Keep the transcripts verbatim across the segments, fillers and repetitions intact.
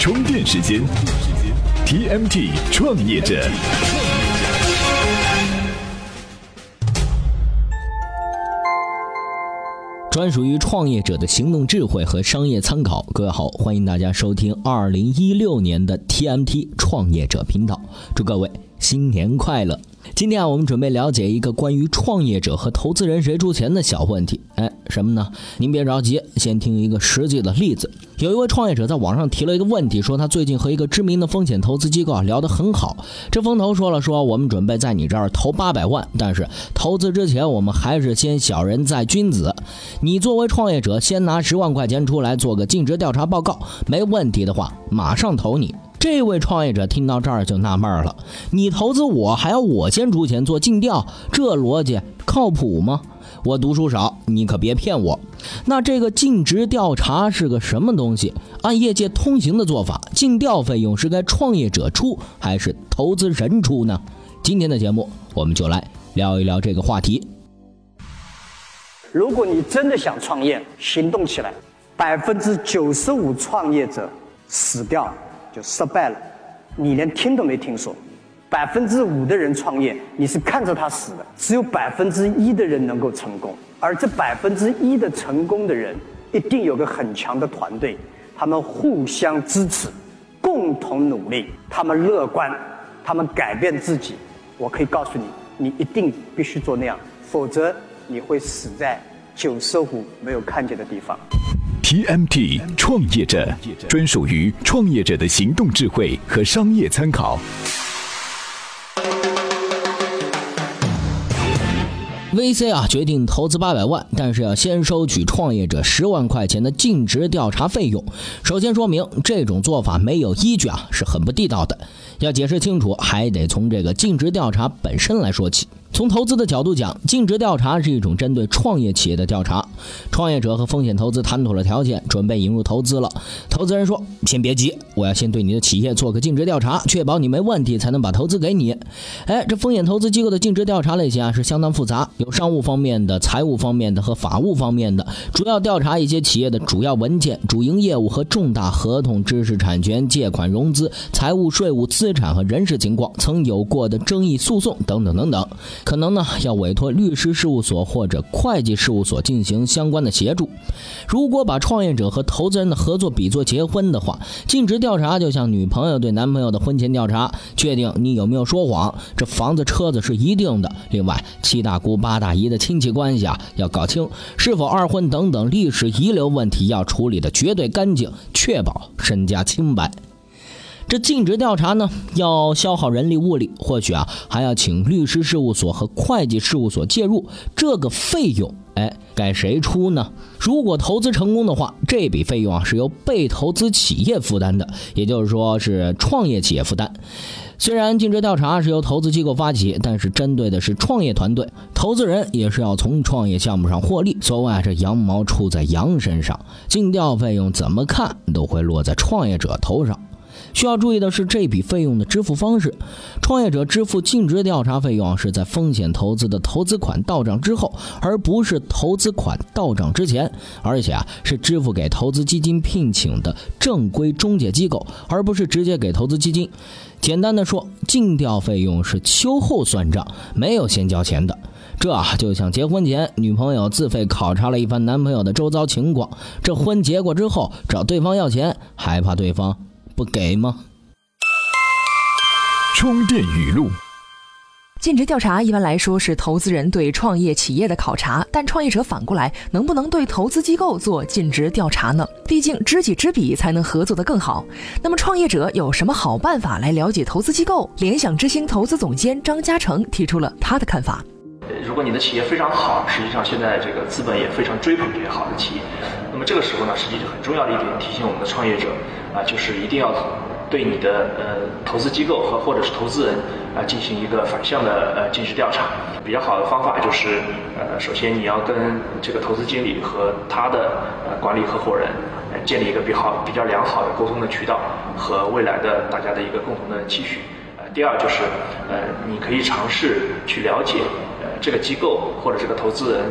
充电时间 T M T 创业者。 专属于创业者的行动智慧和商业参考。各位好，欢迎大家收听二零一六年的 T M T 创业者频道，祝各位新年快乐。今天啊，我们准备了解一个关于创业者和投资人谁出钱的小问题。哎，什么呢？您别着急，先听一个实际的例子。有一位创业者在网上提了一个问题，说他最近和一个知名的风险投资机构啊聊得很好。这风投说了说，我们准备在你这儿投八百万，但是投资之前我们还是先小人再君子。你作为创业者，先拿十万块钱出来做个尽职调查报告，没问题的话，马上投你。这位创业者听到这儿就纳闷了，你投资我还要我先出钱做尽调，这逻辑靠谱吗？我读书少，你可别骗我。那这个尽职调查是个什么东西？按业界通行的做法，尽调费用是该创业者出还是投资人出呢？今天的节目我们就来聊一聊这个话题。 如果你真的想创业，行动起来，百分之九十五创业者死掉就失败了，你连听都没听说。百分之五的人创业，你是看着他死的，只有百分之一的人能够成功，而这百分之一的成功的人，一定有个很强的团队，他们互相支持，共同努力，他们乐观，他们改变自己。我可以告诉你，你一定必须做那样，否则你会死在九十五没有看见的地方。 T M T 创业者，专属于创业者的行动智慧和商业参考。 V C 啊决定投资八百万，但是要先收取创业者十万块钱的尽职调查费用。首先说明这种做法没有依据啊，是很不地道的。要解释清楚，还得从这个尽职调查本身来说起。从投资的角度讲，尽职调查是一种针对创业企业的调查。创业者和风险投资谈妥了条件，准备引入投资了。投资人说，先别急，我要先对你的企业做个尽职调查，确保你没问题才能把投资给你。哎，这风险投资机构的尽职调查类型啊是相当复杂，有商务方面的、财务方面的和法务方面的，主要调查一些企业的主要文件、主营业务和重大合同、知识产权、借款融资、财务税务、资产和人事情况、曾有过的争议诉讼等等等等。可能呢要委托律师事务所或者会计事务所进行相关的协助。如果把创业者和投资人的合作比作结婚的话，尽职调查就像女朋友对男朋友的婚前调查，确定你有没有说谎，这房子车子是一定的。另外七大姑八大姨的亲戚关系啊要搞清，是否二婚等等历史遗留问题要处理的绝对干净，确保身家清白。这尽职调查呢要消耗人力物力，或许啊还要请律师事务所和会计事务所介入，这个费用哎该谁出呢？如果投资成功的话，这笔费用啊是由被投资企业负担的，也就是说是创业企业负担。虽然尽职调查是由投资机构发起，但是针对的是创业团队，投资人也是要从创业项目上获利。所谓啊，这羊毛出在羊身上，尽调费用怎么看都会落在创业者头上。需要注意的是这笔费用的支付方式，创业者支付尽职调查费用是在风险投资的投资款到账之后，而不是投资款到账之前，而且啊是支付给投资基金聘请的正规中介机构，而不是直接给投资基金。简单的说，尽调费用是秋后算账，没有先交钱的。这啊就像结婚前女朋友自费考察了一番男朋友的周遭情况，这婚结过之后找对方要钱，还怕对方不给吗？ 充电语录。 尽职调查一般来说是投资人对创业企业的考察，但创业者反过来能不能对投资机构做尽职调查呢？毕竟知己知彼才能合作得更好。那么创业者有什么好办法来了解投资机构？联想之星投资总监张嘉诚提出了他的看法。 如果你的企业非常好，实际上现在这个资本也非常追捧这些好的企业，那么这个时候呢，实际上很重要的一点提醒我们的创业者啊，就是一定要对你的呃投资机构和或者是投资人啊进行一个反向的呃尽职调查。比较好的方法就是呃，首先你要跟这个投资经理和他的呃管理合伙人呃建立一个比好比较良好的沟通的渠道和未来的大家的一个共同的期许。呃，第二就是呃，你可以尝试去了解呃这个机构或者这个投资人呃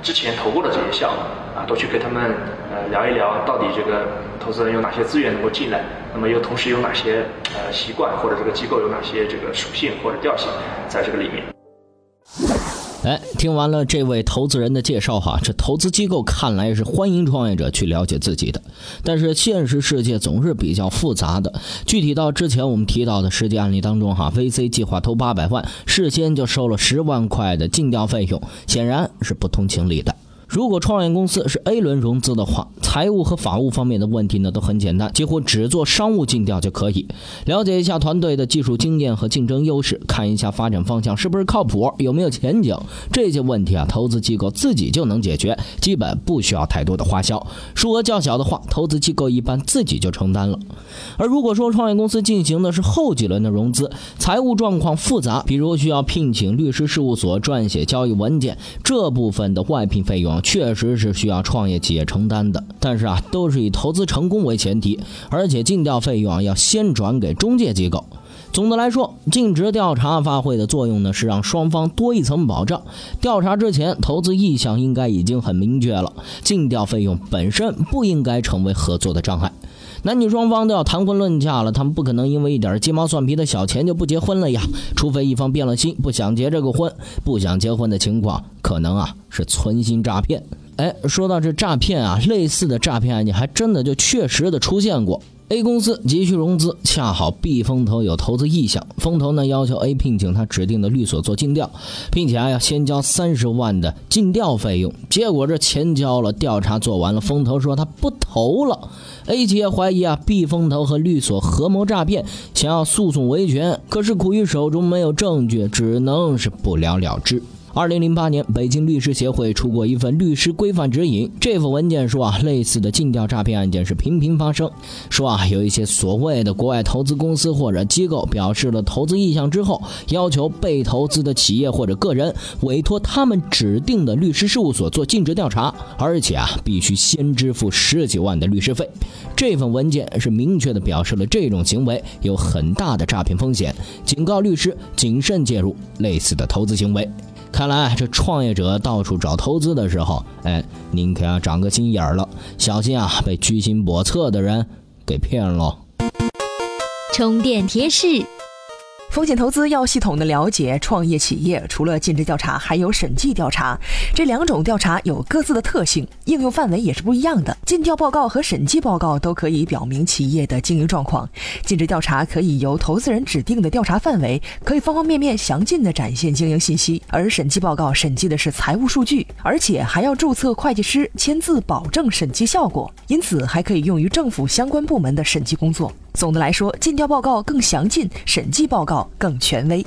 之前投过的这些项目啊，都去跟他们呃聊一聊，到底这个投资人有哪些资源能够进来，那么又同时有哪些呃习惯，或者这个机构有哪些这个属性或者调性在这个里面。 哎，听完了这位投资人的介绍哈，这投资机构看来是欢迎创业者去了解自己的，但是现实世界总是比较复杂的。具体到之前我们提到的实际案例当中哈 ，V C 计划投八百万，事先就收了十万块的尽调费用，显然是不通情理的。如果创业公司是 A 轮融资的话，财务和法务方面的问题呢都很简单，几乎只做商务尽调就可以。了解一下团队的技术经验和竞争优势，看一下发展方向是不是靠谱，有没有前景，这些问题啊，投资机构自己就能解决，基本不需要太多的花销。数额较小的话，投资机构一般自己就承担了。而如果说创业公司进行的是后几轮的融资，财务状况复杂，比如需要聘请律师事务所撰写交易文件，这部分的外聘费用确实是需要创业企业承担的，但是啊，都是以投资成功为前提，而且尽调费用啊要先转给中介机构。总的来说，尽职调查发挥的作用呢，是让双方多一层保障。调查之前，投资意向应该已经很明确了，尽调费用本身不应该成为合作的障碍。男女双方都要谈婚论嫁了，他们不可能因为一点鸡毛蒜皮的小钱就不结婚了呀，除非一方变了心，不想结这个婚。不想结婚的情况可能啊是存心诈骗。哎，说到这诈骗啊，类似的诈骗案件还真的就确实的出现过。A 公司急需融资，恰好 B 风投有投资意向，风投呢要求 A 聘请他指定的律所做尽调，并且啊要先交三十万的尽调费用。结果这钱交了，调查做完了，风投说他不投了。A 企业怀疑啊 B 风投和律所合谋诈骗，想要诉讼维权，可是苦于手中没有证据，只能是不了了之。二零零八年，北京律师协会出过一份律师规范指引。这份文件说啊，类似的尽调诈骗案件是频频发生。说啊，有一些所谓的国外投资公司或者机构表示了投资意向之后，要求被投资的企业或者个人委托他们指定的律师事务所做尽职调查，而且啊，必须先支付十几万的律师费。这份文件是明确的表示了这种行为有很大的诈骗风险，警告律师谨慎介入类似的投资行为。看来这创业者到处找投资的时候，哎，您可要长个心眼了，小心啊被居心叵测的人给骗了。 充电贴士。 风险投资要系统的了解创业企业，除了尽职调查，还有审计调查。这两种调查有各自的特性，应用范围也是不一样的。尽调报告和审计报告都可以表明企业的经营状况。尽职调查可以由投资人指定的调查范围，可以方方面面详尽的展现经营信息。而审计报告审计的是财务数据，而且还要注册会计师签字保证审计效果，因此还可以用于政府相关部门的审计工作。总的来说，尽调报告更详尽，审计报告更权威。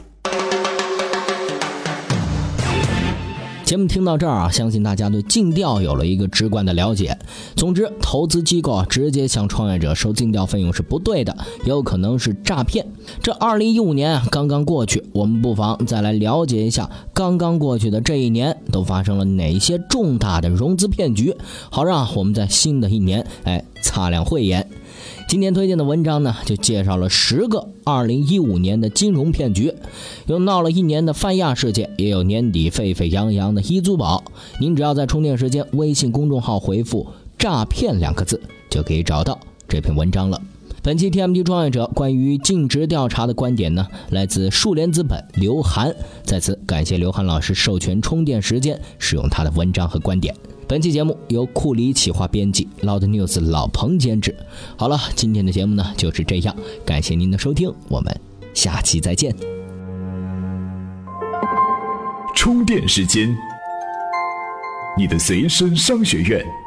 节目听到这儿啊，相信大家对尽调有了一个直观的了解。总之，投资机构啊直接向创业者收尽调费用是不对的，有可能是诈骗。这二零一五年啊刚刚过去，我们不妨再来了解一下刚刚过去的这一年都发生了哪些重大的融资骗局，好让我们在新的一年哎擦亮慧眼。今天推荐的文章呢，就介绍了十个二零一五年的金融骗局，有闹了一年的泛亚事件，也有年底沸沸扬扬的一租宝。您只要在充电时间微信公众号回复诈骗两个字，就可以找到这篇文章了。本期 T M T 创业者关于尽职调查的观点呢，来自树联资本刘涵，在此感谢刘涵老师授权充电时间使用他的文章和观点。本期节目由库里企划编辑 Loud News 老彭监制。好了，今天的节目呢就是这样，感谢您的收听，我们下期再见。 充电时间，你的随身商学院。